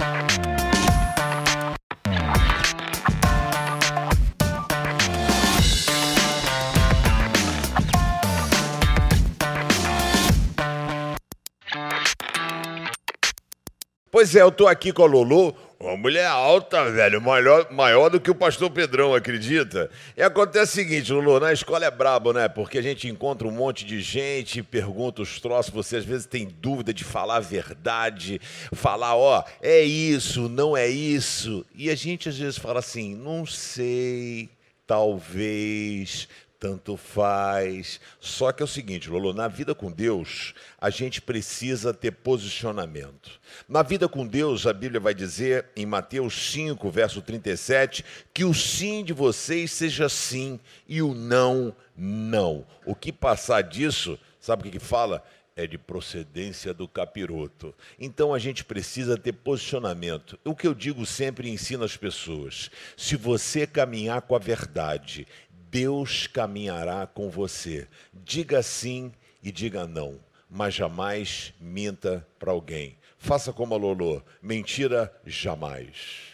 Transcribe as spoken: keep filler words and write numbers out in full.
Pois é, eu tô aqui com a Lulu, uma mulher alta, velho, maior, maior do que o pastor Pedrão, acredita? E acontece o seguinte, Lulu, na escola é brabo, né? Porque a gente encontra um monte de gente, pergunta os troços, você às vezes tem dúvida de falar a verdade, falar, ó, é isso, não é isso. E a gente às vezes fala assim, não sei, talvez, tanto faz. Só que é o seguinte, Lolo, na vida com Deus, a gente precisa ter posicionamento. Na vida com Deus, a Bíblia vai dizer, em Mateus cinco, verso trinta e sete, que o sim de vocês seja sim e o não, não. O que passar disso, sabe o que que fala? É de procedência do capiroto. Então a gente precisa ter posicionamento. O que eu digo sempre e ensino às pessoas, se você caminhar com a verdade, Deus caminhará com você. Diga sim e diga não, mas jamais minta para alguém. Faça como a Lolo, mentira jamais.